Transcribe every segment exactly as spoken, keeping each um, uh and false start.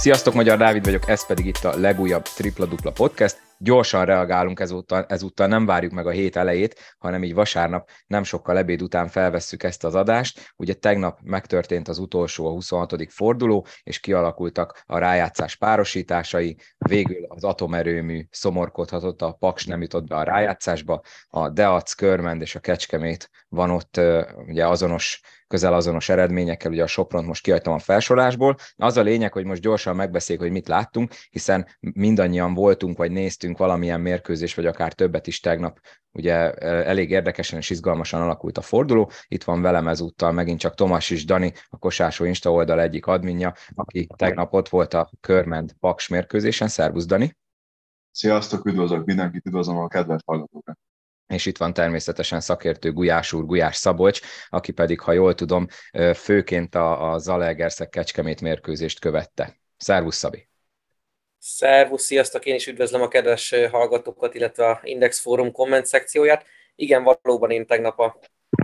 Sziasztok, Magyar Dávid vagyok, ez pedig itt a legújabb Tripla-dupla podcast. Gyorsan reagálunk ezúttal, ezúttal nem várjuk meg a hét elejét, hanem így vasárnap nem sokkal ebéd után felvesszük ezt az adást. Ugye tegnap megtörtént az utolsó, a huszonhatodik forduló, és kialakultak a rájátszás párosításai. Végül az atomerőmű szomorkodhatott, a Paks nem jutott be a rájátszásba, a Deac, Körmend és a Kecskemét van ott ugye azonos közel azonos eredményekkel, ugye a Sopront most kihagytam a felsorolásból. Az a lényeg, hogy most gyorsan megbeszéljük, hogy mit láttunk, hiszen mindannyian voltunk, vagy néztünk valamilyen mérkőzés, vagy akár többet is tegnap. Ugye elég érdekesen és izgalmasan alakult a forduló. Itt van velem ezúttal megint csak Tomás és Dani, a Kosásó Insta oldal egyik adminja, aki tegnap ott volt a Körmend Paks mérkőzésen. Szervusz, Dani! Sziasztok, üdvözlök mindenkit, üdvözlöm a kedves hallgatókat! És itt van természetesen szakértő Gulyás úr, Gulyás Szabolcs, aki pedig, ha jól tudom, főként a, a Zalaegerszeg Kecskemét mérkőzést követte. Szervusz, Szabi! Szervusz, sziasztok! Én is üdvözlöm a kedves hallgatókat, illetve a Index Fórum komment szekcióját. Igen, valóban én tegnap a,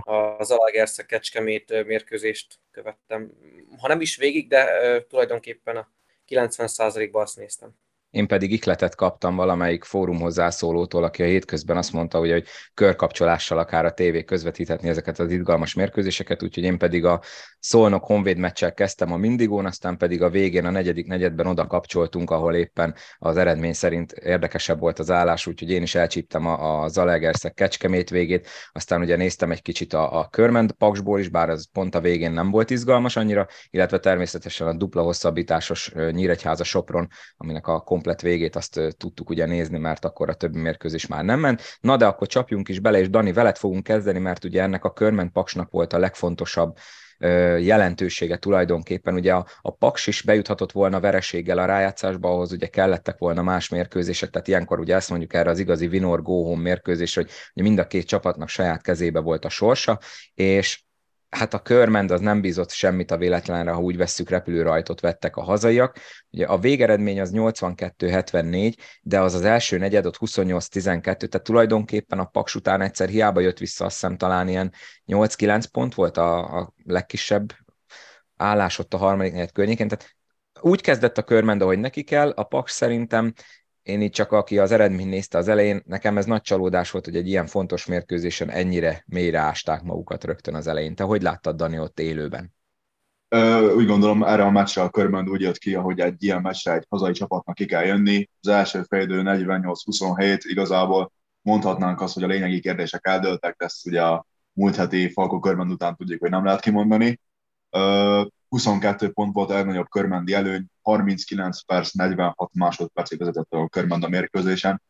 a Zalaegerszeg Kecskemét mérkőzést követtem. Ha nem is végig, de uh, tulajdonképpen a kilencven százalékban azt néztem. Én pedig ihletet kaptam valamelyik fórum hozzászólótól, aki a hétközben azt mondta, hogy, hogy körkapcsolással akár a tévé közvetíthetni ezeket az izgalmas mérkőzéseket, úgyhogy én pedig a Szolnok Honvéd meccsel kezdtem a Mindigón, aztán pedig a végén a negyedik negyedben oda kapcsoltunk, ahol éppen az eredmény szerint érdekesebb volt az állás, úgyhogy én is elcsíptem a, a Zalaegerszeg Kecskemét végét, aztán ugye néztem egy kicsit a, a Körmend Paksból is, bár az pont a végén nem volt izgalmas annyira, illetve természetesen a dupla hosszabbításos Nyíregyháza Sopron, aminek a komplett végét azt tudtuk ugye nézni, mert akkor a többi mérkőzés már nem ment. Na de akkor csapjunk is bele, és Dani, veled fogunk kezdeni, mert ugye ennek a Körmend Paksnak volt a legfontosabb jelentősége tulajdonképpen. Ugye a, a Paks is bejuthatott volna vereséggel a rájátszásba, ahhoz ugye kellettek volna más mérkőzések, tehát ilyenkor ugye ezt mondjuk erre az igazi winner go home mérkőzés, hogy ugye mind a két csapatnak saját kezébe volt a sorsa, és hát a Körmend az nem bízott semmit a véletlenre, ha úgy vesszük, repülőrajtot vettek a hazaiak. Ugye a végeredmény az nyolcvankettő hetvennégy, de az az első negyed, ott huszonnyolc tizenkettő, tehát tulajdonképpen a Paks után egyszer hiába jött vissza, azt hiszem talán ilyen nyolc-kilenc pont volt a, a legkisebb állás ott a harmadik negyed környékén, tehát úgy kezdett a Körmend, ahogy neki kell, a Paks szerintem, én itt csak aki az eredményt nézte az elején, nekem ez nagy csalódás volt, hogy egy ilyen fontos mérkőzésen ennyire mélyre ásták magukat rögtön az elején. Te hogy láttad, Dani, ott élőben? Ö, úgy gondolom, erre a meccsre a Körmend úgy jött ki, ahogy egy ilyen meccsre egy hazai csapatnak ki kell jönni. Az első félidő negyvennyolc huszonhét, igazából mondhatnánk azt, hogy a lényegi kérdések eldőltek, ezt ugye a múlt heti Falko Körmend után tudjuk, hogy nem lehet kimondani. Ö, huszonkettő pont volt a legnagyobb körmendi előny, harminckilenc perc, negyvenhat másodpercig vezetett a Körmend a mérkőzésen.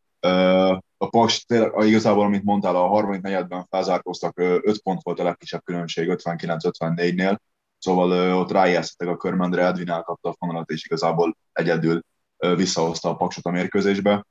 A Paks, igazából, amit mondtál, a harmadik negyedben felzárkóztak, öt pont volt a legkisebb különbség, ötvenkilenc ötvennégynél, szóval ott ráijesztettek a Körmendre, Edwin elkapta a fonalat, és igazából egyedül visszahozta a Paksot a mérkőzésbe.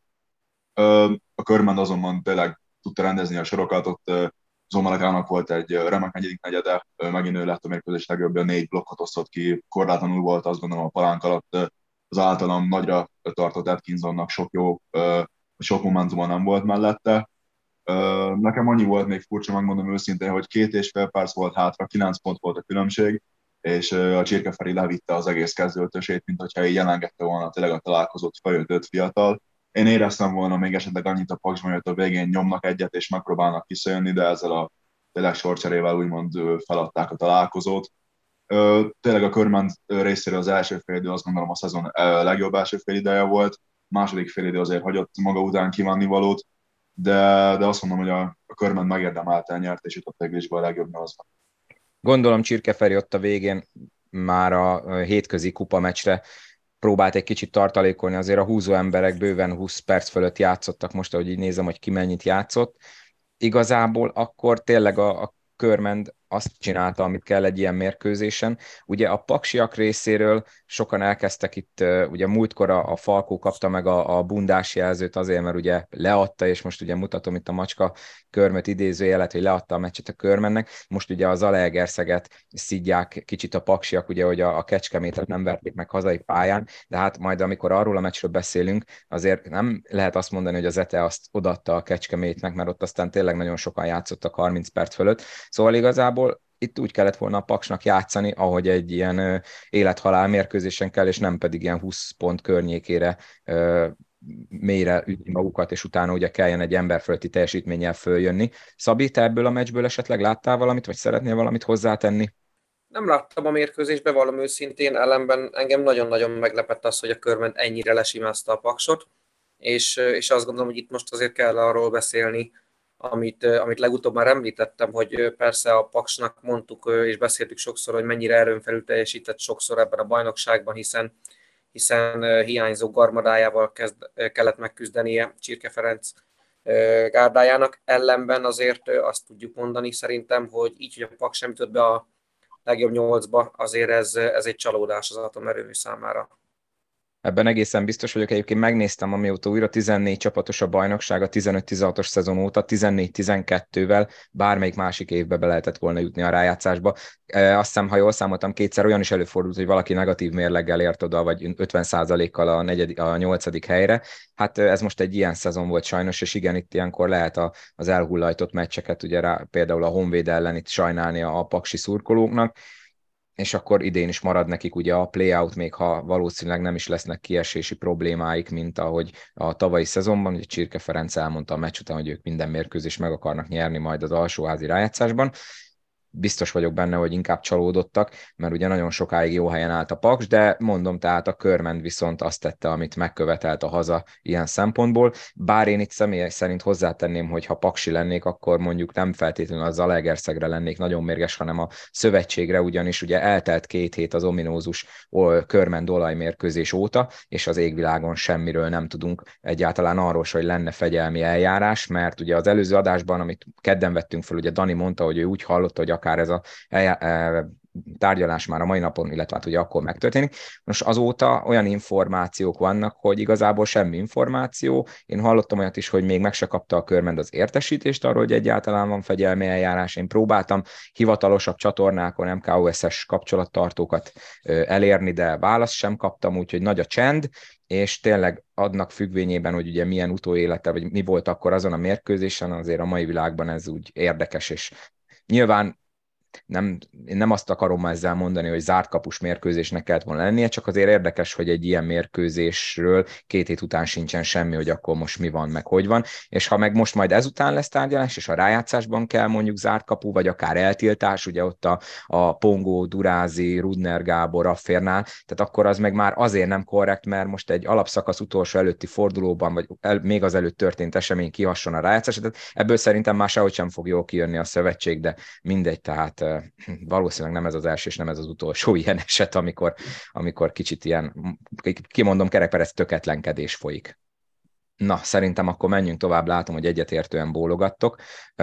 A Körmend azonban tényleg tudta rendezni a sorokat, ott Zomalekának volt egy remek negyedik negyede, megint ő lett a mérkőzés legjobbja, négy blokkot osztott ki, korlátlanul volt, azt gondolom a palánk alatt az általam nagyra tartott Atkinsonnak sok jó, sok momentuma nem volt mellette. Nekem annyi volt még furcsa, megmondom őszintén, hogy két és fél perc volt hátra, kilenc pont volt a különbség, és a Csirkeferi levitte az egész kezdőtösét, mint hogyha így jelengette volna tényleg a találkozott fejött öt fiatal. Én éreztem volna még esetleg annyit a Paksban, hogy a végén nyomnak egyet és megpróbálnak visszajönni, de ezzel a tényleg sorcserével úgymond feladták a találkozót. Tényleg a Körmend részéről az első félidő azt gondolom a szezon legjobb első félideje volt, a második félidő azért hagyott maga után kívánni valót, de, de azt mondom, hogy a, a Körmend megérdemelte, nyert és jutott egy a legjobb nyolcban. Gondolom Csirkeferi ott a végén már a hétközi kupa meccsre próbált egy kicsit tartalékolni, azért a húzó emberek bőven húsz perc fölött játszottak, most ahogy így nézem, hogy ki mennyit játszott. Igazából akkor tényleg a, a Körmend azt csinálta, amit kell egy ilyen mérkőzésen. Ugye a paksiak részéről sokan elkezdtek itt, ugye múltkor a, a Falkó kapta meg a, a bundás jelzőt azért, mert ugye leadta, és most ugye mutatom itt a macska körmöt idézőjelet, hogy leadta a meccset a Körmendnek. Most ugye a Zalaegerszeget szidják kicsit a paksiak, ugye, hogy a, a Kecskemétet nem verték meg hazai pályán, de hát majd amikor arról a meccsről beszélünk, azért nem lehet azt mondani, hogy az Ete azt odaadta a Kecskemétnek, mert ott aztán tényleg nagyon sokan játszottak harminc perc fölött. Szóval igazából itt úgy kellett volna a Paksnak játszani, ahogy egy ilyen élethalál mérkőzésen kell, és nem pedig ilyen húsz pont környékére mélyre ütni magukat, és utána ugye kelljen egy emberfölötti teljesítménnyel följönni. Szabi, te ebből a meccsből esetleg láttál valamit, vagy szeretnél valamit hozzátenni? Nem láttam a mérkőzésbe, valami őszintén, ellenben engem nagyon-nagyon meglepett az, hogy a Körment ennyire lesimázta a Paksot, és, és azt gondolom, hogy itt most azért kell arról beszélni, amit, amit legutóbb már említettem, hogy persze a Paksnak mondtuk és beszéltük sokszor, hogy mennyire erőn felül teljesített sokszor ebben a bajnokságban, hiszen, hiszen hiányzó garmadájával kezd, kellett megküzdenie Csirke Ferenc gárdájának. Ellenben azért azt tudjuk mondani szerintem, hogy így, hogy a Paks sem jutott be a legjobb nyolcba, azért ez, ez egy csalódás az atomerőmű számára. Ebben egészen biztos vagyok. Egyébként megnéztem, amióta újra tizennégy csapatos a bajnokság a tizenöt tizenhatos szezon óta, tizennégy tizenkettővel bármelyik másik évbe be lehetett volna jutni a rájátszásba. E, azt hiszem, ha jól számoltam, kétszer olyan is előfordult, hogy valaki negatív mérleggel ért oda, vagy ötven százalékkal a, negyedik, a nyolcadik helyre. Hát ez most egy ilyen szezon volt sajnos, és igen, itt ilyenkor lehet a, az elhullajtott meccseket, ugye rá, például a Honvéd ellen itt sajnálni a, a paksi szurkolóknak, és akkor idén is marad nekik ugye a play-out, még ha valószínűleg nem is lesznek kiesési problémáik, mint ahogy a tavalyi szezonban, ugye Csirke Ferenc elmondta a meccs után, hogy ők minden mérkőzést meg akarnak nyerni majd az alsóházi rájátszásban. Biztos vagyok benne, hogy inkább csalódottak, mert ugye nagyon sokáig jó helyen állt a Paks, de mondom, tehát a Körment viszont azt tette, amit megkövetelt a haza ilyen szempontból. Bár én itt személy szerint hozzátenném, hogy ha paksi lennék, akkor mondjuk nem feltétlenül a Zalaegerszegre lennék nagyon mérges, hanem a szövetségre, ugyanis ugye eltelt két hét az ominózus Körment olajmérkőzés óta, és az égvilágon semmiről nem tudunk egyáltalán arról, hogy lenne fegyelmi eljárás, mert ugye az előző adásban, amit kedden vettünk fel, ugye Dani mondta, hogy ő úgy hallotta, hogy akár ez a tárgyalás már a mai napon, illetve hát ugye akkor megtörténik. Most azóta olyan információk vannak, hogy igazából semmi információ. Én hallottam olyat is, hogy még meg se kapta a Körment az értesítést arról, hogy egyáltalán van fegyelmi eljárás. Én próbáltam hivatalosabb csatornákon em ká o es-es kapcsolattartókat elérni, de választ sem kaptam, úgyhogy nagy a csend, és tényleg adnak függvényében, hogy ugye milyen utóélete, vagy mi volt akkor azon a mérkőzésen, azért a mai világban ez úgy érdekes, és nyilván nem, én nem azt akarom ezzel mondani, hogy zárt kapus mérkőzésnek kellett volna lennie, csak azért érdekes, hogy egy ilyen mérkőzésről két hét után sincsen semmi, hogy akkor most mi van, meg hogy van, és ha meg most majd ezután lesz tárgyalás, és a rájátszásban kell mondjuk zárt kapu, vagy akár eltiltás, ugye ott a, a Pongó, Durázi, Rudner Gábor, Afférnál, tehát akkor az meg már azért nem korrekt, mert most egy alapszakasz utolsó előtti fordulóban, vagy el, még az előtt történt esemény kihasson a rájátszás, tehát ebből szerintem már sehogy sem fog jól kijönni a szövetség, de mindegy, tehát valószínűleg nem ez az első és nem ez az utolsó ilyen eset, amikor, amikor kicsit ilyen, kimondom, kerekperec töketlenkedés folyik. Na, szerintem akkor menjünk tovább, látom, hogy egyetértően bólogattok.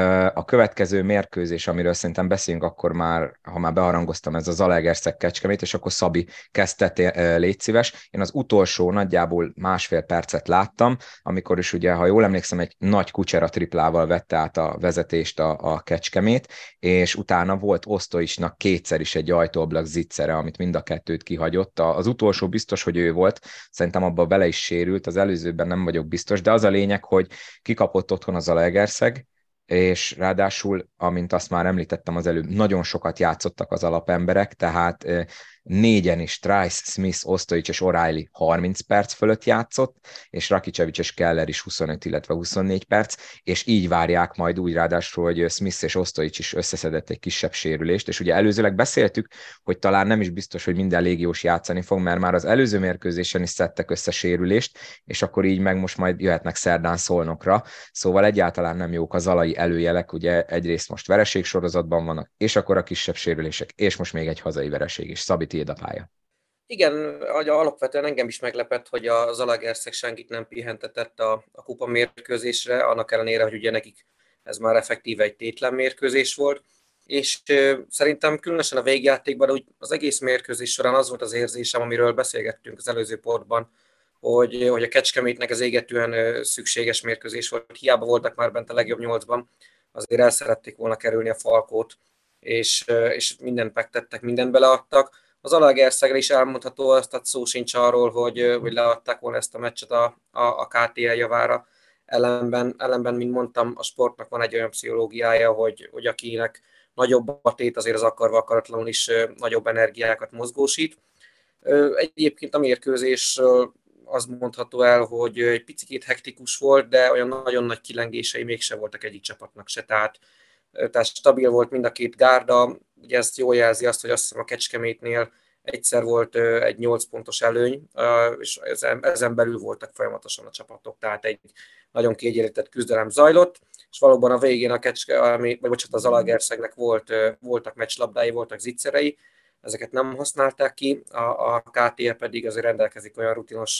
A következő mérkőzés, amiről szerintem beszélünk, akkor már, ha már beharangoztam, ez a Zalaegerszeg Kecskemét, és akkor Szabi kezdte, légy szíves. Én az utolsó nagyjából másfél percet láttam, amikor is ugye, ha jól emlékszem, egy nagy kucsera triplával vette át a vezetést a, a Kecskemét, és utána volt Osztoicsnak kétszer is egy ajtóablak zicsere, amit mind a kettőt kihagyott. Az utolsó biztos, hogy ő volt, szerintem abban bele is sérült, az előzőben nem vagyok biztos, de az a lényeg, hogy kikapott otthon az Zalaegerszeg, és ráadásul, amint azt már említettem az előbb, nagyon sokat játszottak az alapemberek, tehát négyen is Trice, Smith, Ostojic és O'Reilly harminc perc fölött játszott, és Rakicevic és Keller is huszonöt, illetve huszonnégy perc, és így várják majd úgy ráadásul, hogy Smith és Ostojic is összeszedett egy kisebb sérülést, és ugye előzőleg beszéltük, hogy talán nem is biztos, hogy minden légiós játszani fog, mert már az előző mérkőzésen is szedtek össze sérülést, és akkor így meg most majd jöhetnek szerdán Szolnokra, szóval egyáltalán nem jók a zalai előjelek, ugye egyrészt most vereségsorozatban vannak, és akkor a kisebb sérülések, és most még egy hazai vereség is. Szabi, tiéd a pálya. Igen, alapvetően engem is meglepett, hogy a Zalaegerszeg senkit nem pihentetett a, a kupa mérkőzésre, annak ellenére, hogy ugye nekik ez már effektíve egy tétlen mérkőzés volt, és ö, szerintem különösen a végjátékban, úgy az egész mérkőzés során az volt az érzésem, amiről beszélgettünk az előző portban, hogy, hogy a Kecskemétnek ez égetően ö, szükséges mérkőzés volt, hiába voltak már bent a legjobb nyolcban, azért el szerették volna kerülni a Falkót, és, ö, és mindent megtettek, mindent beleadtak. Az Zalaegerszegre is elmondható, azt tehát szó sincs arról, hogy, hogy leadták volna ezt a meccset a, a, a ká té el javára. Ellenben, ellenben, mint mondtam, a sportnak van egy olyan pszichológiája, hogy, hogy akinek nagyobb a tét, azért az akarva akaratlanul is nagyobb energiákat mozgósít. Egyébként a mérkőzés az mondható el, hogy egy picit hektikus volt, de olyan nagyon nagy kilengései mégse voltak egyik csapatnak se, tehát, tehát stabil volt mind a két gárda, ugye ezt jól jelzi azt, hogy azt hiszem a Kecskemétnél egyszer volt egy nyolc pontos előny, és ezen belül voltak folyamatosan a csapatok, tehát egy nagyon kiegyenlített küzdelem zajlott, és valóban a végén a Kecske, vagy bocsánat, az Zalaegerszegnek volt, voltak meccslabdái, voltak zicserei, ezeket nem használták ki, a, a ká té e pedig azért rendelkezik olyan rutinos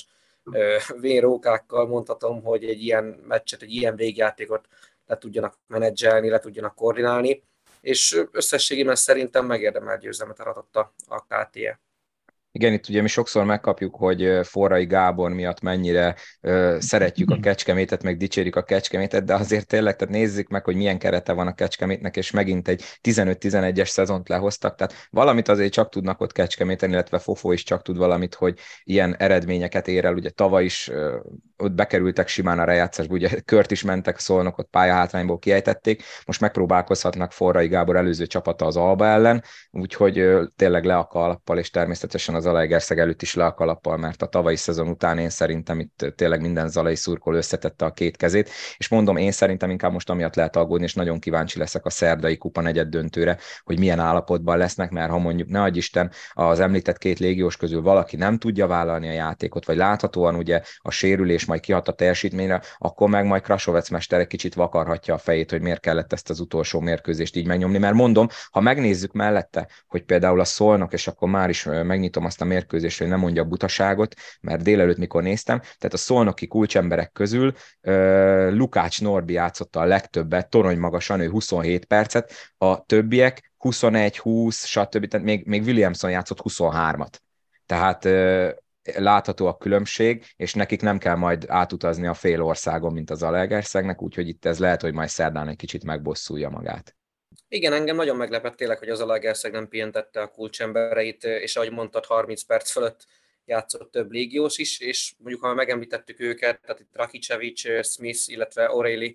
vénrókákkal, mondhatom, hogy egy ilyen meccset, egy ilyen végjátékot le tudjanak menedzselni, le tudjanak koordinálni, és összességében szerintem megérdemelt győzelmet aratott a, a ká té e. Igen, itt ugye mi sokszor megkapjuk, hogy Forrai Gábor miatt mennyire uh, szeretjük a Kecskemétet, meg dicsérjük a Kecskemétet, de azért tényleg, tehát nézzük meg, hogy milyen kerete van a Kecskemétnek, és megint egy tizenöt-tizenegyes szezont lehoztak, tehát valamit azért csak tudnak ott Kecskeméten, illetve Fofó is csak tud valamit, hogy ilyen eredményeket ér el, ugye tavaly is uh, ott bekerültek simán a rejátszásba, ugye kört is mentek, Szolnokot pályahátrányból kiejtették, most megpróbálkozhatnak Forrai Gábor előző csapata az Alba ellen, úgyhogy uh, tényleg le a kalappal, és természetesen az Zalaegerszeg előtt is le a kalappal, mert a tavalyi szezon után én szerintem itt tényleg minden zalai szurkoló összetette a két kezét, és mondom, én szerintem inkább most amiatt lehet aggódni, és nagyon kíváncsi leszek a szerdai kupa negyed döntőre, hogy milyen állapotban lesznek, mert ha mondjuk, ne adj Isten, az említett két légiós közül valaki nem tudja vállalni a játékot, vagy láthatóan ugye a sérülés majd kihat a teljesítményre, akkor meg majd Krasovec mester egy kicsit vakarhatja a fejét, hogy miért kellett ezt az utolsó mérkőzést így megnyomni, mert mondom, ha megnézzük mellette, hogy például a Szolnok, és akkor már is megnyitom azt a mérkőzésre, hogy nem mondja a butaságot, mert délelőtt, mikor néztem, tehát a szolnoki kulcsemberek közül uh, Lukács Norbi játszotta a legtöbbet, torony magasan, ő huszonhét percet, a többiek huszonegy, húsz, stb. Tehát még, még Williamson játszott huszonhármat. Tehát uh, látható a különbség, és nekik nem kell majd átutazni a fél országon, mint az Zalaegerszegnek, úgyhogy itt ez lehet, hogy majd szerdán egy kicsit megbosszulja magát. Igen, engem nagyon meglepett tényleg, hogy az Zalaegerszeg nem pihentette a kulcsembereit, és ahogy mondtad, harminc perc fölött játszott több légiós is, és mondjuk, ha megemlítettük őket, tehát itt Rakicevic, Smith, illetve O'Reilly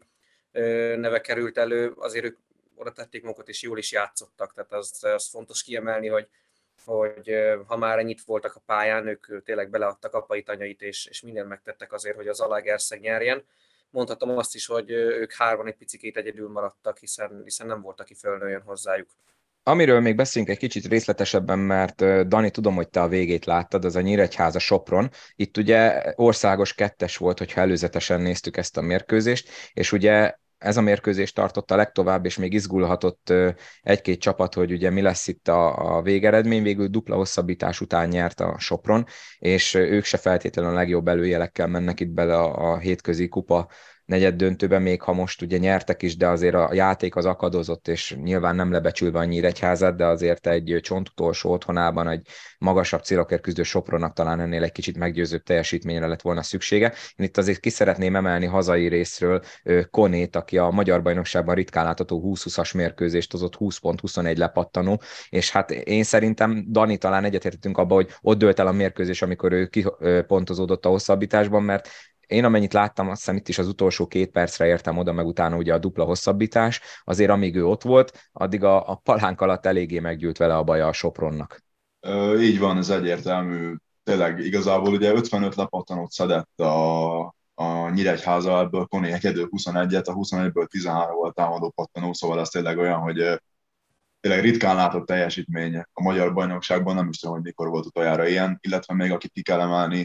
neve került elő, azért ők oda tették magukat, és jól is játszottak, tehát az, az fontos kiemelni, hogy, hogy ha már ennyit voltak a pályán, ők tényleg beleadtak apait, anyait, és, és mindent megtettek azért, hogy az Zalaegerszeg nyerjen. Mondhatom azt is, hogy ők hárman egy picikét egyedül maradtak, hiszen, hiszen nem volt, aki fölnőjön hozzájuk. Amiről még beszéljünk egy kicsit részletesebben, mert Dani, tudom, hogy te a végét láttad, az a Nyíregyháza Sopron. Itt ugye országos kettes volt, hogyha előzetesen néztük ezt a mérkőzést, és ugye ez a mérkőzés tartotta legtovább, és még izgulhatott egy-két csapat, hogy ugye mi lesz itt a, a végeredmény. Végül dupla hosszabbítás után nyert a Sopron, és ők se feltétlenül a legjobb előjelekkel mennek itt bele a, a hétközi kupa negyed döntőben, még ha most ugye nyertek is, de azért a játék az akadozott, és nyilván nem lebecsülve a Nyíregyházat, de azért egy csontutolsó otthonában egy magasabb célokért küzdő Sopronnak talán ennél egy kicsit meggyőzőbb teljesítményre lett volna szüksége. Én itt azért ki szeretném emelni hazai részről Konét, aki a magyar bajnokságban ritkán látható húsz-húszas mérkőzést hozott, húsz pont huszonegy lepattanó, és hát én szerintem Dani talán egyetértettünk abban, hogy ott dőlt el a mérkőzés, amikor ő kipontozódott a hosszabbításban, mert én amennyit láttam, azt hiszem itt is az utolsó két percre értem oda, meg utána ugye a dupla hosszabbítás, azért amíg ő ott volt, addig a, a palánk alatt eléggé meggyűlt vele a baja a Sopronnak. Ö, így van, ez egyértelmű. Tényleg igazából ugye ötvenöt lepattanót szedett a, a Nyíregyháza, ebből Koné egyedül huszonegyet, a huszonegyből tizenhárom volt támadó pattanó, szóval ez tényleg olyan, hogy tényleg ritkán látott teljesítmény a magyar bajnokságban, nem is tudom, hogy mikor volt utoljára ilyen, illetve még akit ki kell emelni,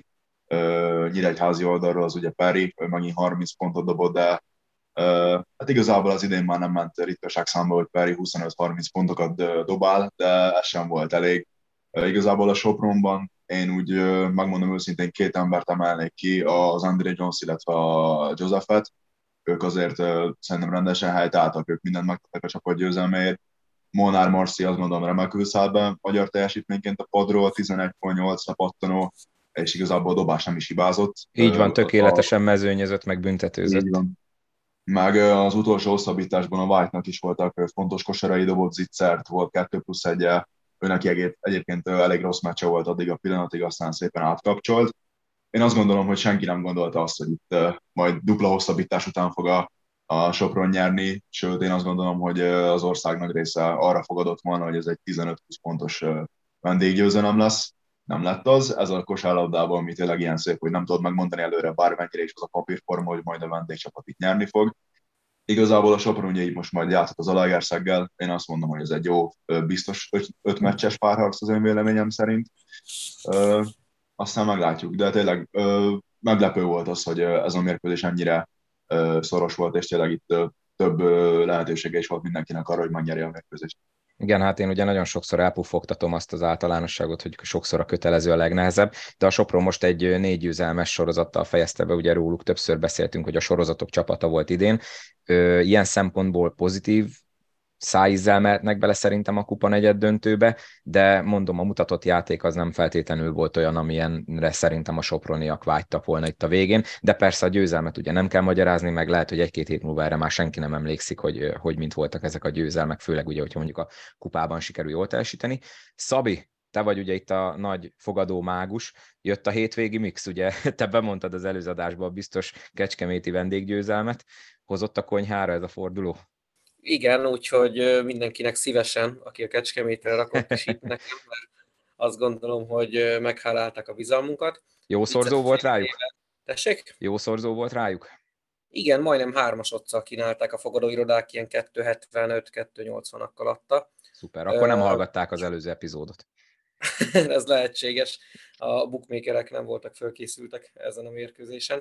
Uh, Nyíregyházi oldalról az ugye Peri, ő megint harminc pontot dobott, de uh, hát igazából az idén már nem ment ritkaság számba, hogy Peri huszonöt-harminc pontokat dobál, de ez sem volt elég. Uh, igazából a Sopronban én úgy uh, megmondom őszintén két embert emelnék ki, az André Jones, illetve a Josephet. Ők azért uh, szerintem rendesen helytálltak, ők mindent megtettek a csapat győzelméért. Molnár Marci azt mondom remekül szállt be magyar teljesítményként a padról, tizenegy pont nyolc lepattanó, és igazából a dobás nem is hibázott. Így van, tökéletesen mezőnyözött, meg büntetőzött. Így van. Meg az utolsó hosszabbításban a White-nak is voltak fontos kosarai, dobott zicsert, volt kettő plusz egy-el, őnek egyébként elég rossz meccse volt addig a pillanatig, aztán szépen átkapcsolt. Én azt gondolom, hogy senki nem gondolta azt, hogy itt majd dupla hosszabbítás után fog a a Sopron nyerni, sőt én azt gondolom, hogy az ország nagy része arra fogadott volna, hogy ez egy tizenöt-húsz pontos vendéggyőzelem lesz. Nem lett az, ez a kosárlabdában, ami tényleg ilyen szép, hogy nem tudod megmondani előre bármennyire is az a papírforma, hogy majd a vendégcsapat itt nyerni fog. Igazából a Sopron ugye így most majd játszott az Zalaegerszeggel, én azt mondom, hogy ez egy jó, biztos öt, öt meccses párharc az én véleményem szerint. Ö, aztán meglátjuk, de tényleg ö, meglepő volt az, hogy ez a mérkőzés ennyire ö, szoros volt, és tényleg itt ö, több ö, lehetősége is volt mindenkinek arra, hogy megnyerje a mérkőzést. Igen, hát én ugye nagyon sokszor elpufogtatom azt az általánosságot, hogy sokszor a kötelező a legnehezebb, de a Sopron most egy négy győzelmes sorozattal fejezte be, ugye róluk többször beszéltünk, hogy a sorozatok csapata volt idén. Ilyen szempontból pozitív szájízzel mehetnek bele szerintem a kupa negyed döntőbe, de mondom, a mutatott játék az nem feltétlenül volt olyan, amilyenre szerintem a soproniak vágytak volna itt a végén, de persze a győzelmet ugye nem kell magyarázni, meg lehet, hogy egy-két hét múlva erre már senki nem emlékszik, hogy, hogy mint voltak ezek a győzelmek, főleg ugye, hogyha mondjuk a kupában sikerül jól teljesíteni. Szabi, te vagy ugye itt a nagy fogadó mágus, jött a hétvégi mix, ugye te bemondtad az előző adásban a biztos kecskeméti vendéggyőzelmet, hozott a konyhára ez a forduló? Igen, úgyhogy mindenkinek szívesen, aki a Kecskemétre rakott is itt nekem, mert azt gondolom, hogy meghálálták a bizalmunkat. Jó szorzó volt rájuk? Tessék? Jó szorzó volt rájuk? Igen, majdnem hármas otccal kínálták a fogadóirodák, ilyen kettő hetvenöt kettő nyolcvanakkal adta. Szuper, akkor nem hallgatták az előző epizódot. Ez lehetséges. A bookmakerek nem voltak fölkészültek ezen a mérkőzésen.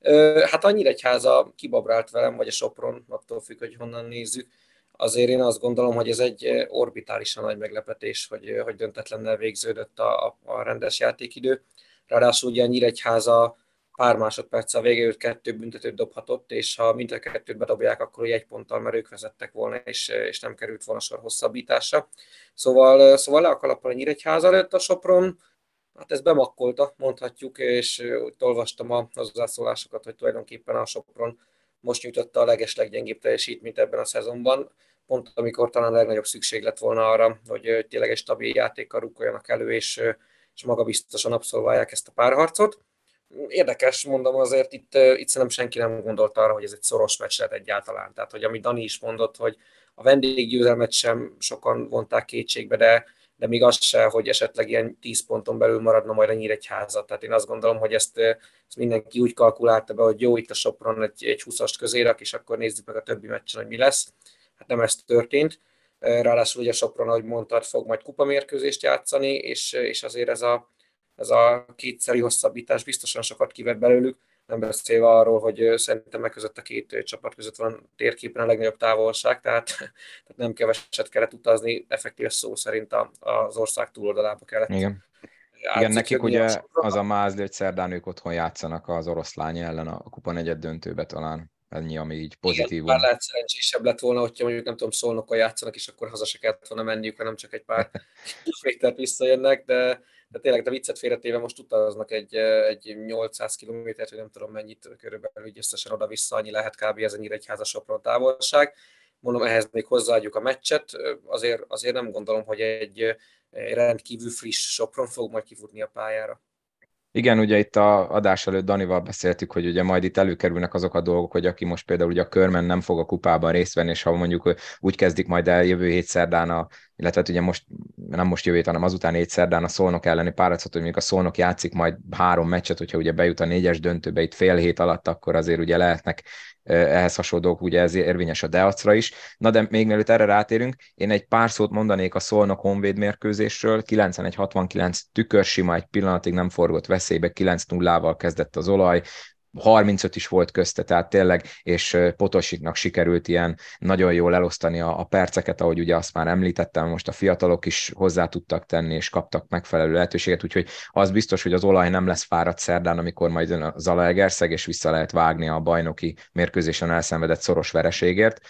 Hát a Nyíregyháza kibabrált velem, vagy a Sopron, attól függ, hogy honnan nézzük. Azért én azt gondolom, hogy ez egy orbitálisan nagy meglepetés, hogy, hogy döntetlennel végződött a, a rendes játékidő. Ráadásul ugye a Nyíregyháza pár másodperccel végéül kettő büntetőt dobhatott, és ha mind a kettőt bedobják, akkor egy ponttal, mert ők vezettek volna, és, és nem került volna sor hosszabbításra. Szóval, szóval le a kalappal a Nyíregyháza előtt a Sopron, hát ez bemakkolta, mondhatjuk, és úgy olvastam a hozzászólásokat, hogy tulajdonképpen a Sopron most nyújtotta a legesleggyengébb teljesítményt ebben a szezonban, pont amikor talán a legnagyobb szükség lett volna arra, hogy tényleg egy stabil játékkal rukkoljanak elő, és, és magabiztosan abszolválják ezt a párharcot. Érdekes, mondom, azért itt, itt szerintem senki nem gondolt arra, hogy ez egy szoros meccs lehet egyáltalán. Tehát, hogy amit Dani is mondott, hogy a vendéggyőzelmet sem sokan vonták kétségbe, de, de még az se, hogy esetleg ilyen tíz ponton belül maradna majd a Nyíregyháza. Tehát én azt gondolom, hogy ezt, ezt mindenki úgy kalkulálta be, hogy jó, itt a Sopron egy, egy húszast közé rak, és akkor nézzük meg a többi meccsen, hogy mi lesz. Hát nem ez történt. Ráadásul ugye Sopron, ahogy mondtad, fog majd kupamérkőzést játszani, és, és azért ez a ez a kétszeri hosszabbítás biztosan sokat kivett belőlük, nem beszélve arról, hogy szerintem meg között a két csapat között van térképen a legnagyobb távolság, tehát, tehát nem keveset kellett utazni, effektív szó szerint az ország túloldalába kellett. Igen. Igen, nekik ugye az a mázli, hogy szerdán ők otthon játszanak az oroszlány ellen a kupa negyed döntőbe talán. Ennyi, ami így pozitív. Igen, lehet szerencsésebb lett volna, hogyha mondjuk nem tudom, Szolnokon játszanak, és akkor haza se kellett volna menniük, hanem csak egy pár kilométert visszajönnek, de, de tényleg de viccet félretéve most utaznak egy, egy nyolcszáz kilométert, hogy nem tudom mennyit, körülbelül így összesen oda-vissza, annyi lehet kb. Ez a Nyíregyháza Sopron távolság. Mondom, ehhez még hozzáadjuk a meccset, azért, azért nem gondolom, hogy egy, egy rendkívül friss Sopron fog majd kifutni a pályára. Igen, ugye itt a adás előtt Danival beszéltük, hogy ugye majd itt előkerülnek azok a dolgok, hogy aki most például ugye a körmen nem fog a kupában részt venni, és ha mondjuk úgy kezdik majd el jövő hét szerdán, a, illetve ugye most, nem most jövő hét, hanem azután hét szerdán a Szolnok elleni párharcot, hogy mondjuk a Szolnok játszik majd három meccset, hogyha ugye bejut a négyes döntőbe itt fél hét alatt, akkor azért ugye lehetnek ehhez hasonlók, ugye ez érvényes a Deacra is. Na de még mielőtt erre rátérünk, én egy pár szót mondanék a Szolnok Honvéd mérkőzésről. kilencvenegy hatvankilenc tükörsima, egy pillanatig nem forgott veszélybe, kilenc nullával kezdett az olaj, harmincöt is volt közte, tehát tényleg, és Potosiknak sikerült ilyen nagyon jól elosztani a, a perceket, ahogy ugye azt már említettem, most a fiatalok is hozzá tudtak tenni, és kaptak megfelelő lehetőséget, úgyhogy az biztos, hogy az olaj nem lesz fáradt szerdán, amikor majd jön a Zalaegerszeg, és vissza lehet vágni a bajnoki mérkőzésen elszenvedett szoros vereségért.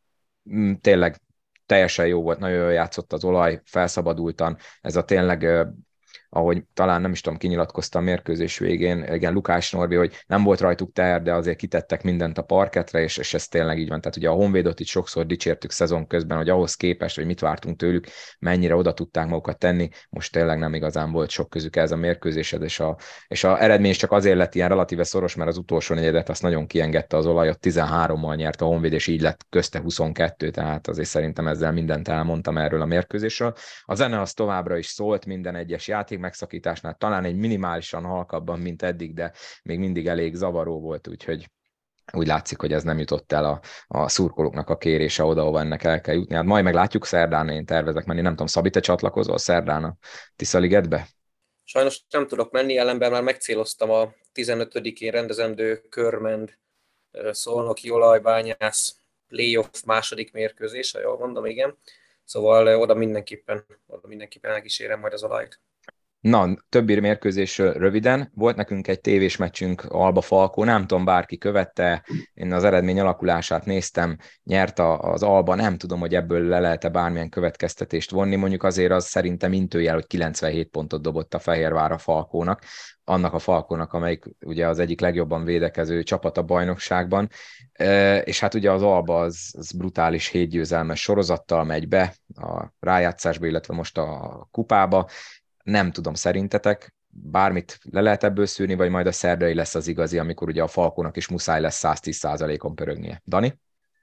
Tényleg teljesen jó volt, nagyon jól játszott az olaj, felszabadultan, ez a tényleg ahogy talán nem is tudom, kinyilatkozta a mérkőzés végén, igen, Lukács Norbi, hogy nem volt rajtuk teher, de azért kitettek mindent a parketre, és, és ez tényleg így van. Tehát ugye a Honvédot itt sokszor dicsértük szezon közben, hogy ahhoz képest, hogy mit vártunk tőlük, mennyire oda tudták magukat tenni, most tényleg nem igazán volt sok közük ez a mérkőzésed, és a, és a eredmény is csak azért lett ilyen relatíve szoros, mert az utolsó negyedet azt nagyon kiengedte az olaj, ott tizenhárommal nyert a Honvéd, és így lett közte huszonkettő, tehát azért szerintem ezzel mindent elmondtam erről a mérkőzésről. A zene az továbbra is szólt minden egyes játék megszakításnál, talán egy minimálisan halkabban, mint eddig, de még mindig elég zavaró volt, úgyhogy úgy látszik, hogy ez nem jutott el a, a szurkolóknak a kérése oda, ahova ennek el kell jutni. Hát majd meglátjuk szerdán, én tervezek menni, nem tudom, Szabi, te csatlakozol szerdán a Tiszaligetbe? Sajnos nem tudok menni, ellenben már megcéloztam a tizenötödikén rendezendő Körmend Szolnoki olajbányász playoff második mérkőzés, ha jól mondom, igen. Szóval oda mindenképpen, oda mindenképpen elkísérem majd az olajt. Na, többi mérkőzésről röviden. Volt nekünk egy tévés meccsünk Alba Falkó, nem tudom, bárki követte, én az eredmény alakulását néztem, nyert az Alba, nem tudom, hogy ebből le lehet-e bármilyen következtetést vonni, mondjuk azért az szerintem intőjel, hogy kilencvenhét pontot dobott a Fehérvár a Falkónak, annak a Falkónak, amelyik ugye az egyik legjobban védekező csapat a bajnokságban, és hát ugye az Alba az, az brutális hétgyőzelmes sorozattal megy be a rájátszásba, illetve most a kupába. Nem tudom, szerintetek bármit le lehet ebből szűrni, vagy majd a szerdai lesz az igazi, amikor ugye a Falkónak is muszáj lesz száz tíz százalékon pörögnie. Dani?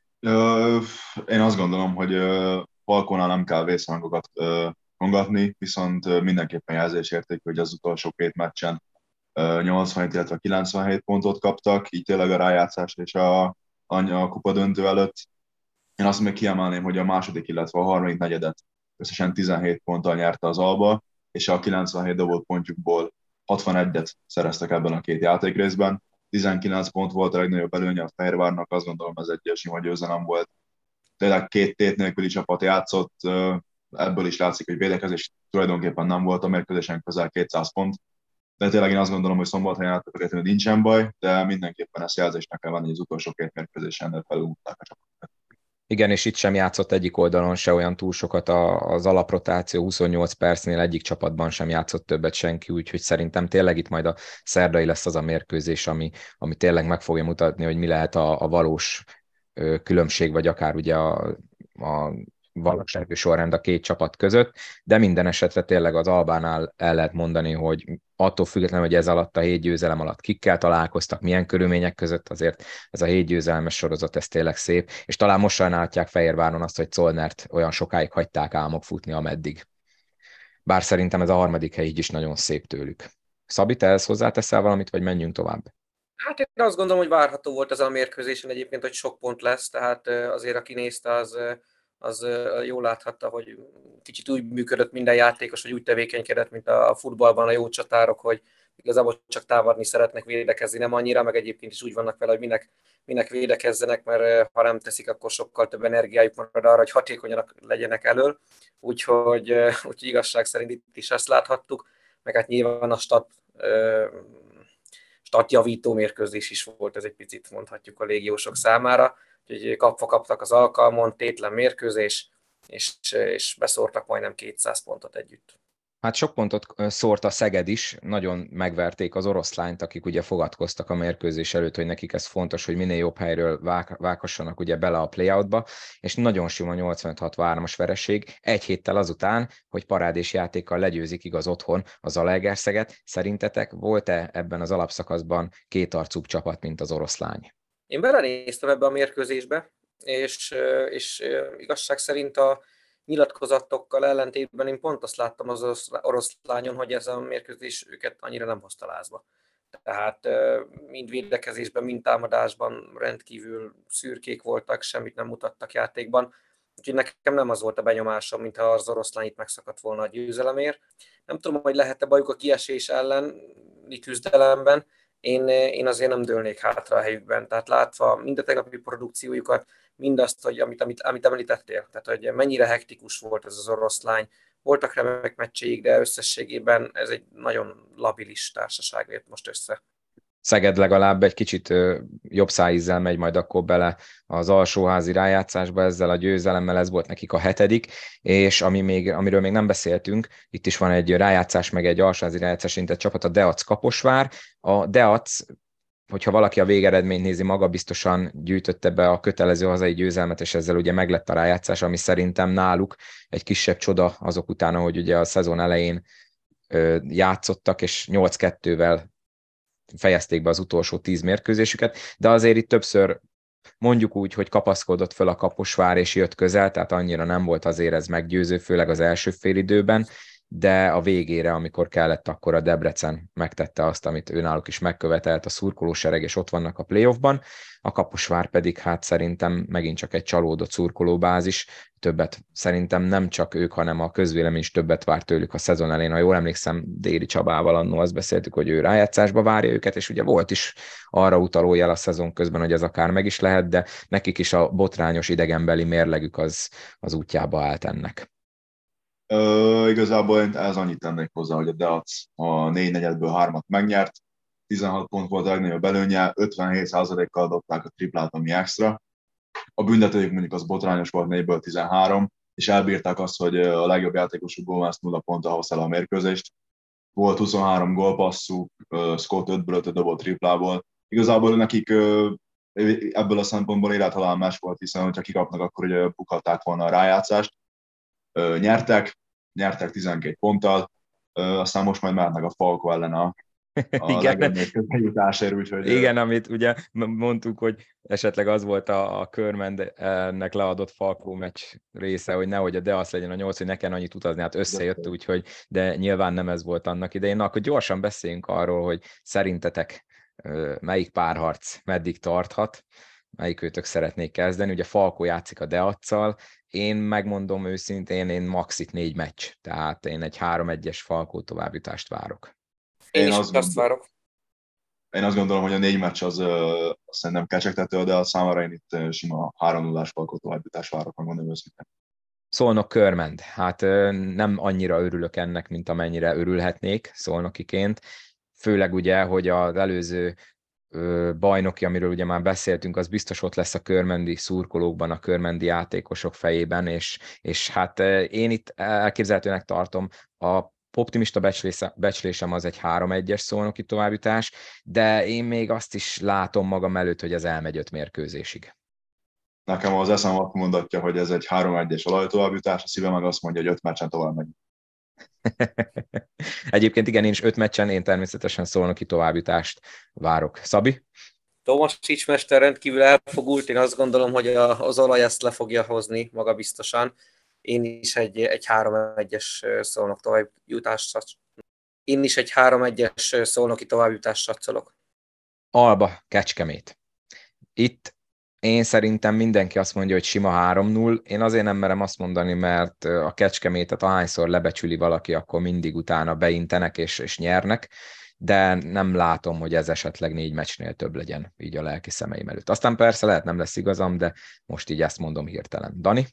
Ö, én azt gondolom, hogy Falkónál nem kell vészhangokat kongatni, viszont mindenképpen jelzésérték, hogy az utolsó két meccsen nyolcvanhét, illetve kilencvenhét pontot kaptak, így tényleg a rájátszás és a, a kupa döntő előtt. Én azt még kiemelném, hogy a második, illetve a harmadik negyedet összesen tizenhét ponttal nyerte az Alba, és a kilencvenhét dobott pontjukból hatvanegyet szereztek ebben a két játékrészben. tizenkilenc pont volt a legnagyobb előnye a Fehérvárnak, azt gondolom ez egy sima győzelem volt. Tényleg két tét nélküli csapat játszott, ebből is látszik, hogy védekezés tulajdonképpen nem volt a mérkőzésen közel kétszáz pont. De tényleg én azt gondolom, hogy Szombathelyen átlagosan nincsen baj, de mindenképpen ezt jelzésnek kell venni, hogy az utolsó két mérkőzésen felülmúlták a csapatot. Igen, és itt sem játszott egyik oldalon se olyan túl sokat az alaprotáció, huszonnyolc percnél egyik csapatban sem játszott többet senki, úgyhogy szerintem tényleg itt majd a szerdai lesz az a mérkőzés, ami, ami tényleg meg fogja mutatni, hogy mi lehet a, a valós ö, különbség, vagy akár ugye a, a valóságos sorrend a két csapat között, de minden esetre tényleg az Albánál el lehet mondani, hogy attól függetlenül, hogy ez alatt a hét győzelem alatt kikkel találkoztak, milyen körülmények között, azért ez a hét győzelmes sorozat, ez tényleg szép, és talán most sajnálhatják Fehérváron azt, hogy Zollnert olyan sokáig hagyták álmok futni, ameddig. Bár szerintem ez a harmadik hely így is nagyon szép tőlük. Szabi, te ehhez hozzáteszel valamit, vagy menjünk tovább? Hát én azt gondolom, hogy várható volt ez a mérkőzésen egyébként, hogy sok pont lesz, tehát azért aki nézte, az, az jól láthatta, hogy kicsit úgy működött minden játékos, hogy úgy tevékenykedett, mint a futballban a jó csatárok, hogy igazából csak támadni szeretnek, védekezni nem annyira, meg egyébként is úgy vannak vele, hogy minek, minek védekezzenek, mert ha nem teszik, akkor sokkal több energiájuk marad arra, hogy hatékonyanak legyenek elől. Úgyhogy, úgyhogy igazság szerint itt is ezt láthattuk, meg hát nyilván a stat, statjavító mérkőzés is volt, ez egy picit mondhatjuk a légiósok számára, úgyhogy kapva kaptak az alkalmon, tétlen mérkőzés, és, és beszórtak majdnem kétszáz pontot együtt. Hát sok pontot szórt a Szeged is, nagyon megverték az oroszlányt, akik ugye fogadkoztak a mérkőzés előtt, hogy nekik ez fontos, hogy minél jobb helyről vághassanak ugye bele a playoutba, és nagyon sima nyolcvanöt hatvanhárom-as vereség, egy héttel azután, hogy parádés játékkal legyőzik igaz otthon az Zalaegerszeget. Szerintetek volt-e ebben az alapszakaszban kétarcúbb csapat, mint az oroszlány? Én belenéztem ebbe a mérkőzésbe, és, és igazság szerint a nyilatkozatokkal ellentétben én pont azt láttam az oroszlányon, hogy ez a mérkőzés őket annyira nem hozta lázba. Tehát mind védekezésben, mind támadásban rendkívül szürkék voltak, semmit nem mutattak játékban. Úgyhogy nekem nem az volt a benyomásom, mintha az oroszlány itt megszakadt volna a győzelemért. Nem tudom, hogy lehet-e bajuk a kiesés elleni küzdelemben. Én, én azért nem dőlnék hátra a helyükben. Tehát látva mind a tegnapi produkciójukat, mindazt, hogy amit, amit, amit említettél, tehát hogy mennyire hektikus volt ez az oroszlány, voltak remek meccseik, de összességében ez egy nagyon labilis társaság jött most össze. Szeged legalább egy kicsit jobb szájízzel megy majd akkor bele az alsóházi rájátszásba ezzel a győzelemmel, ez volt nekik a hetedik, és ami még, amiről még nem beszéltünk, itt is van egy rájátszás, meg egy alsóházi rájátszás intett csapat, a Deac Kaposvár. A Deac, hogyha valaki a végeredményt nézi, maga biztosan gyűjtötte be a kötelező hazai győzelmet, és ezzel ugye meglett a rájátszás, ami szerintem náluk egy kisebb csoda azok után, hogy ugye a szezon elején játszottak, és nyolc kettővel fejezték be az utolsó tíz mérkőzésüket, de azért itt többször mondjuk úgy, hogy kapaszkodott föl a Kaposvár, és jött közel, tehát annyira nem volt azért ez meggyőző, főleg az első félidőben, de a végére, amikor kellett, akkor a Debrecen megtette azt, amit ő náluk is megkövetelt, a szurkolósereg, és ott vannak a playoffban, a Kaposvár pedig hát szerintem megint csak egy csalódott szurkolóbázis, többet szerintem nem csak ők, hanem a közvélemény is többet várt tőlük a szezon elején. Ha jól emlékszem, Déri Csabával annól azt beszéltük, hogy ő rájátszásba várja őket, és ugye volt is arra utaló jel a szezon közben, hogy ez akár meg is lehet, de nekik is a botrányos idegenbeli mérlegük az, az útjába állt ennek. Ö, igazából én ez annyit tennék hozzá, hogy a Deac a négy negyedből hármat megnyert, tizenhat pont volt a legnagyobb előnye, ötvenhét százalékkal dobták a triplát, ami extra. A büntetőjük mondjuk az botrányos volt, négyből tizenhárom, és elbírták azt, hogy a legjobb játékosuk Gomez nulla ponttal hozta el a mérkőzést. Volt huszonhárom gólpasszuk, Scott ötből ötöt dobott triplából. Igazából nekik ebből a szempontból élethalál meccs volt, hiszen hogyha kikapnak, akkor ugye bukhatták volna a rájátszást. Nyertek, nyertek tizenkét ponttal, aztán most majd mehetnek a Falko ellen a a legjobb mérkőzésért, úgyhogy... Igen, amit ugye mondtuk, hogy esetleg az volt a, a Körmendnek leadott Falkó meccs része, hogy nehogy a Deac legyen a nyolc, hogy ne kell annyit utazni, hát összejött, úgyhogy, de nyilván nem ez volt annak idején. Na, akkor gyorsan beszéljünk arról, hogy szerintetek melyik párharc meddig tarthat, melyik őtök szeretnék kezdeni. Ugye Falkó játszik a Deac-szal, én megmondom őszintén, én maxit négy meccs, tehát én egy három egyes Falkó továbbjutást várok. Én, én is azt, azt várok. Én azt gondolom, hogy a négy meccs az uh, szerintem kecsegtető, de a számára én itt uh, sima három nullás Falkó továbbjutás várok, megmondom őszintén. Szolnok Körmend. Hát uh, nem annyira örülök ennek, mint amennyire örülhetnék szolnokiként. Főleg ugye, hogy az előző uh, bajnoki, amiről ugye már beszéltünk, az biztos ott lesz a körmendi szurkolókban, a körmendi játékosok fejében, és, és hát uh, én itt elképzelhetőnek tartom a optimista becslésem az egy három egyes szolnoki továbbjutás, de én még azt is látom magam előtt, hogy ez elmegy öt mérkőzésig. Nekem az eszem azt mondatja, hogy ez egy három egyes olaj továbbjutás, a szívem meg azt mondja, hogy öt meccsen tovább megy. Egyébként igen, én is öt meccsen, én természetesen szolnoki továbbjutást várok. Szabi? Tomasics mester rendkívül elfogult, én azt gondolom, hogy az olaj ezt le fogja hozni maga biztosan. Én is egy, egy három egyes Szolnok továbbjutást Én is egy három egyes szolnoki továbbjutást satszolok. Alba, Kecskemét. Itt én szerintem mindenki azt mondja, hogy sima három null. Én azért nem merem azt mondani, mert a Kecskemétet ahányszor lebecsüli valaki, akkor mindig utána beintenek és, és nyernek, de nem látom, hogy ez esetleg négy meccsnél több legyen, így a lelki szemeim előtt. Aztán persze lehet nem lesz igazam, de most így ezt mondom hirtelen. Dani?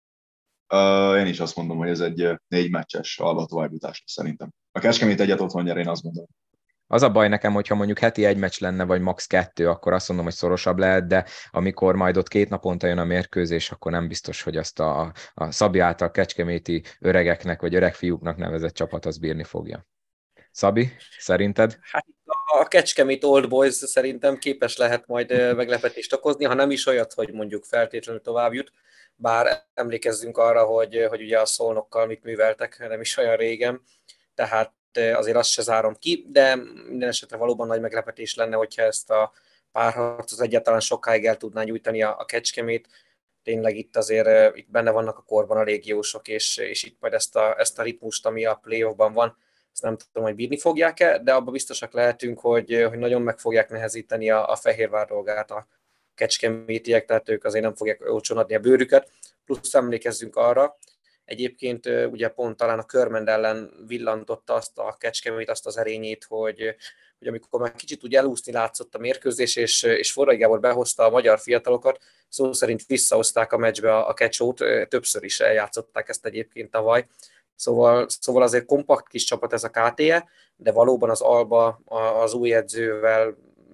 Uh, én is azt mondom, hogy ez egy négy meccses Alba továbbjutás szerintem. A Kecskemét egyet otthon nyer, én azt gondolom. Az a baj nekem, hogyha mondjuk heti egy meccs lenne, vagy max. kettő, akkor azt mondom, hogy szorosabb lehet, de amikor majd ott két naponta jön a mérkőzés, akkor nem biztos, hogy azt a, a Szabi által kecskeméti öregeknek, vagy öreg fiúknak nevezett csapat az bírni fogja. Szabi, szerinted? Hát a Kecskemét Old Boys szerintem képes lehet majd meglepetést okozni, ha nem is olyat, hogy mondjuk feltétlenül tovább jut, bár emlékezzünk arra, hogy, hogy ugye a Szolnokkal mit műveltek, nem is olyan régen, tehát azért azt se zárom ki, de minden esetre valóban nagy meglepetés lenne, hogyha ezt a párharcot egyáltalán sokáig el tudná nyújtani a, a Kecskemét. Tényleg itt azért itt benne vannak a korban a légiósok, és, és itt majd ezt a, ezt a ritmust, ami a playoffban van, ezt nem tudom, hogy bírni fogják-e, de abban biztosak lehetünk, hogy, hogy nagyon meg fogják nehezíteni a, a Fehérvár dolgát a kecskemétiek, tehát ők azért nem fogják olcsón adni a bőrüket. Plusz emlékezzünk arra, egyébként ugye pont talán a Körmend ellen villantotta azt a Kecskemét, azt az erényét, hogy, hogy amikor már kicsit úgy elúszni látszott a mérkőzés, és, és Forrai Gábor behozta a magyar fiatalokat, szó szerint visszahozták a meccsbe a Kecsót, többször is eljátszották ezt egyébként tavaly. Szóval, szóval azért kompakt kis csapat ez a ká té e, de valóban az Alba az új edzővel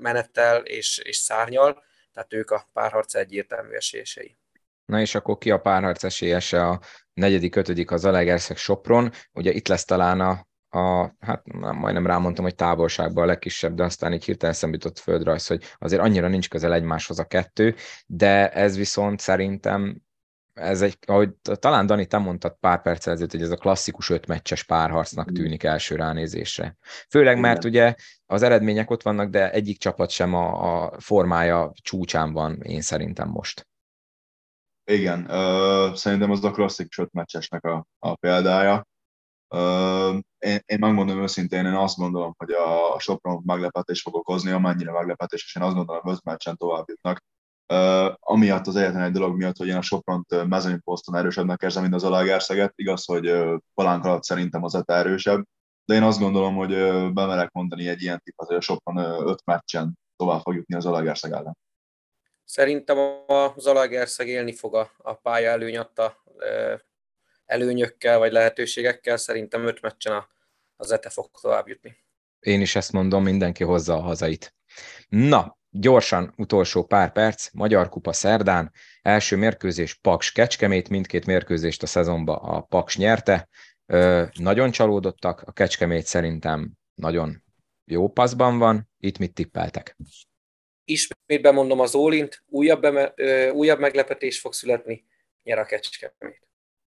menettel és, és szárnyal, tehát ők a párharc egyértelmű esélyesei. Na és akkor ki a párharc esélyese a negyedik, ötödik a Zalaegerszeg Sopron? Ugye itt lesz talán a, a hát majdnem rámondtam, hogy távolságban a legkisebb, de aztán így hirtelen eszembe jutott földrajz, hogy azért annyira nincs közel egymáshoz a kettő, de ez viszont szerintem ez egy, ahogy talán Dani, te mondtad pár perccel ezelőtt, hogy ez a klasszikus ötmeccses párharcnak tűnik első ránézésre. Főleg, mert ugye az eredmények ott vannak, de egyik csapat sem a, a formája csúcsán van, én szerintem most. Igen, uh, szerintem az a klasszikus ötmeccsesnek a, a példája. Uh, én, én megmondom őszintén, én azt gondolom, hogy a, a Sopron meglepetést fog okozni, amennyire meglepetés, és én azt gondolom, hogy öt meccsen tovább jutnak. Uh, amiatt az egyetlen egy dolog miatt, hogy én a Sopront mezőnyposzton erősebbnek érzem, mint az Zalaegerszeget. Igaz, hogy uh, palánk alatt szerintem az Zeta erősebb, de én azt gondolom, hogy uh, bemerek mondani egy ilyen tippet, hogy a Sopron uh, öt meccsen tovább fog jutni az Zalaegerszeg ellen. Szerintem a Zalaegerszeg élni fog a, a pálya előny adta előnyökkel vagy lehetőségekkel. Szerintem öt meccsen a, a Zete fog tovább jutni. Én is ezt mondom, mindenki hozza a hazait. Na, gyorsan, utolsó pár perc, Magyar Kupa szerdán, első mérkőzés Paks Kecskemét, mindkét mérkőzést a szezonban a Paks nyerte. Ö, nagyon csalódottak, a Kecskemét szerintem nagyon jó paszban van. Itt mit tippeltek? Ismét bemondom az Ólint, újabb, beme, ö, újabb meglepetés fog születni, nyer a Kecskemét.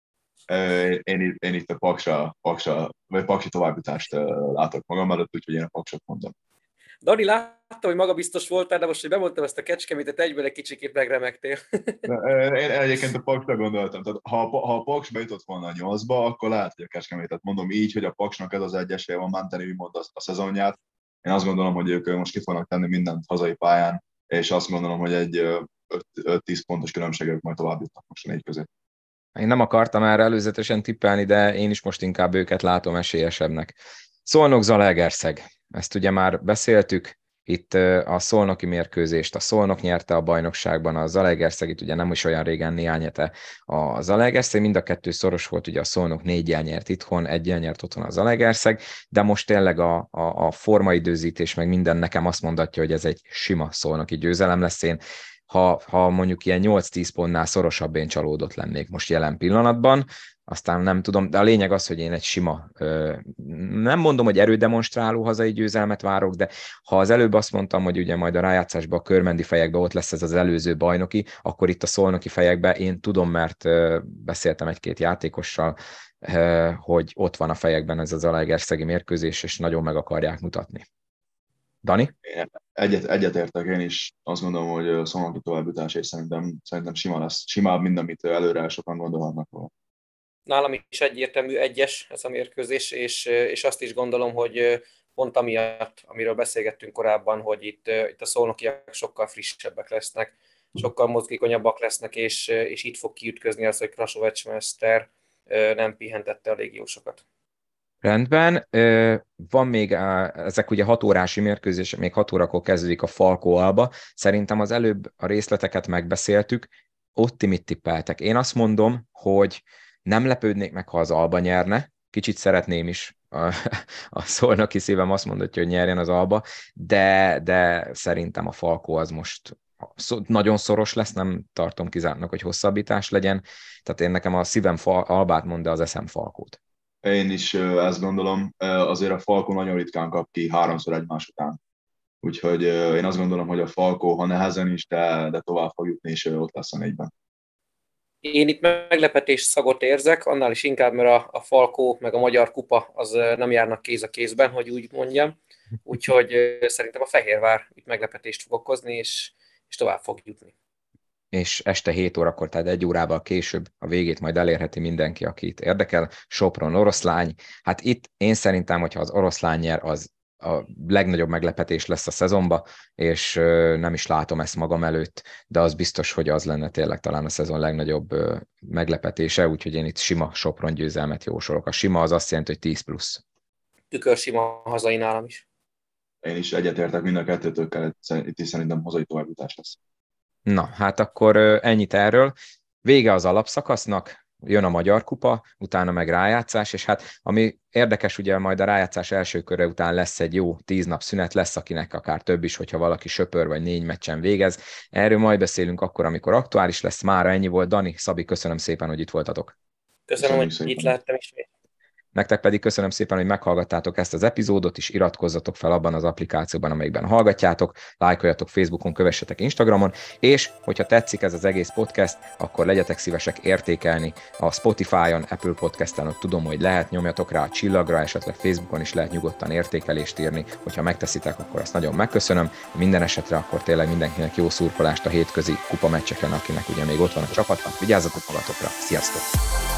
Én, én itt a Paksa, Paksa vagy Paksi továbbjutást látok magam előtt, úgyhogy én a Paksot mondom. Dani, láttam, hogy magabiztos voltál, de most, hogy bemondtam ezt a Kecskemétet, egyből egy kicsikét megremegtél. Én egyébként a Paksra gondoltam. Tehát, ha, ha a Paks bejutott volna a nyolcba, akkor lehet, hogy a Kecskemétet mondom így, hogy a Paksnak ez az egy esélye van menteni, úgymond a, a szezonját. Én azt gondolom, hogy ők most ki fognak tenni mindent hazai pályán, és azt gondolom, hogy egy öt-tíz pontos különbségek majd tovább jutnak most a négy közé. Én nem akartam erre előzetesen tippelni, de én is most inkább őket látom esélyesebbnek. Szolnok-Zalaegerszeg. Ezt ugye már beszéltük, itt a szolnoki mérkőzést, a Szolnok nyerte a bajnokságban, a Zalaegerszeg itt ugye nem is olyan régen néhányete a Zalaegerszeg, mind a kettő szoros volt, ugye a Szolnok négyel nyert itthon, egyel nyert otthon a Zalaegerszeg, de most tényleg a, a, a formaidőzítés meg minden nekem azt mondatja, hogy ez egy sima szolnoki győzelem lesz. Én Ha, ha mondjuk ilyen nyolc-tíz pontnál szorosabb én csalódott lennék most jelen pillanatban, aztán nem tudom, de a lényeg az, hogy én egy sima, nem mondom, hogy erődemonstráló hazai győzelmet várok, de ha az előbb azt mondtam, hogy ugye majd a rájátszásban, a körmendi fejekben ott lesz ez az előző bajnoki, akkor itt a szolnoki fejekben én tudom, mert beszéltem egy-két játékossal, hogy ott van a fejekben ez az Zalaegerszegi mérkőzés, és nagyon meg akarják mutatni. Dani? Egyet, egyetértek, én is azt gondolom, hogy szolnoki továbbjutás, és szerintem, szerintem sima lesz, simább, mint amit előre sokan gondolhatnak volna. Nálam is egyértelmű egyes ez a mérkőzés, és, és azt is gondolom, hogy pont amiatt, amiről beszélgettünk korábban, hogy itt, itt a szolnokiak sokkal frissebbek lesznek, sokkal mozgékonyabbak lesznek, és, és itt fog kiütközni az, hogy Krasovic mester nem pihentette a légiósokat. Rendben, van még, ezek ugye hat órási mérkőzések, még hat órakor kezdődik a Falkó Alba. Szerintem az előbb a részleteket megbeszéltük, ott ti mit tippeltek? Én azt mondom, hogy nem lepődnék meg, ha az Alba nyerne, kicsit szeretném is, a, a szolnoki szívem azt mondatja, hogy nyerjen az Alba, de, de szerintem a Falkó az most nagyon szoros lesz, nem tartom kizártnak, hogy hosszabbítás legyen, tehát én nekem a szívem Albát mond, de az eszem Falkót. Én is ezt gondolom, azért a Falkó nagyon ritkán kap ki háromszor egymás után. Úgyhogy én azt gondolom, hogy a Falkó, ha nehezen is, de, de tovább fog jutni, és ott lesz a négyben. Én itt meglepetés szagot érzek, annál is inkább, mert a, a Falkó meg a Magyar Kupa az nem járnak kéz a kézben, hogy úgy mondjam. Úgyhogy szerintem a Fehérvár itt meglepetést fog okozni, és, és tovább fog jutni. És este hét órakor, tehát egy órával később a végét majd elérheti mindenki, akit érdekel. Sopron Oroszlány. Hát itt én szerintem, hogyha az Oroszlány nyer, az a legnagyobb meglepetés lesz a szezonban, és nem is látom ezt magam előtt, de az biztos, hogy az lenne tényleg talán a szezon legnagyobb meglepetése, úgyhogy én itt sima Sopron győzelmet jósolok. A sima az azt jelenti, hogy tíz plusz. Tükör sima hazai nálam is. Én is egyetértek mind a kettőtökkel, itt is szerintem hazai továbbjutás lesz. Na, hát akkor ennyit erről. Vége az alapszakasznak, jön a Magyar Kupa, utána meg rájátszás, és hát ami érdekes, ugye majd a rájátszás első köre után lesz egy jó tíz nap szünet, lesz akinek akár több is, hogyha valaki söpör vagy négy meccsen végez. Erről majd beszélünk akkor, amikor aktuális lesz. Mára ennyi volt. Dani, Szabi, köszönöm szépen, hogy itt voltatok. Köszönöm, Köszönöm hogy itt láttam ismét. Nektek pedig köszönöm szépen, hogy meghallgattátok ezt az epizódot, és iratkozzatok fel abban az applikációban, amelyikben hallgatjátok, lájkoljatok Facebookon, kövessetek Instagramon, és hogyha tetszik ez az egész podcast, akkor legyetek szívesek értékelni a Spotify-on, Apple Podcast-en, ott tudom, hogy lehet, nyomjatok rá a csillagra, esetleg Facebookon is lehet nyugodtan értékelést írni, hogyha megteszitek, akkor azt nagyon megköszönöm. Minden esetre akkor tényleg mindenkinek jó szurkolást a hétközi kupameccseken, akinek ugye még ott van a csapatnak. Vigyázzatok magatokra, sziasztok!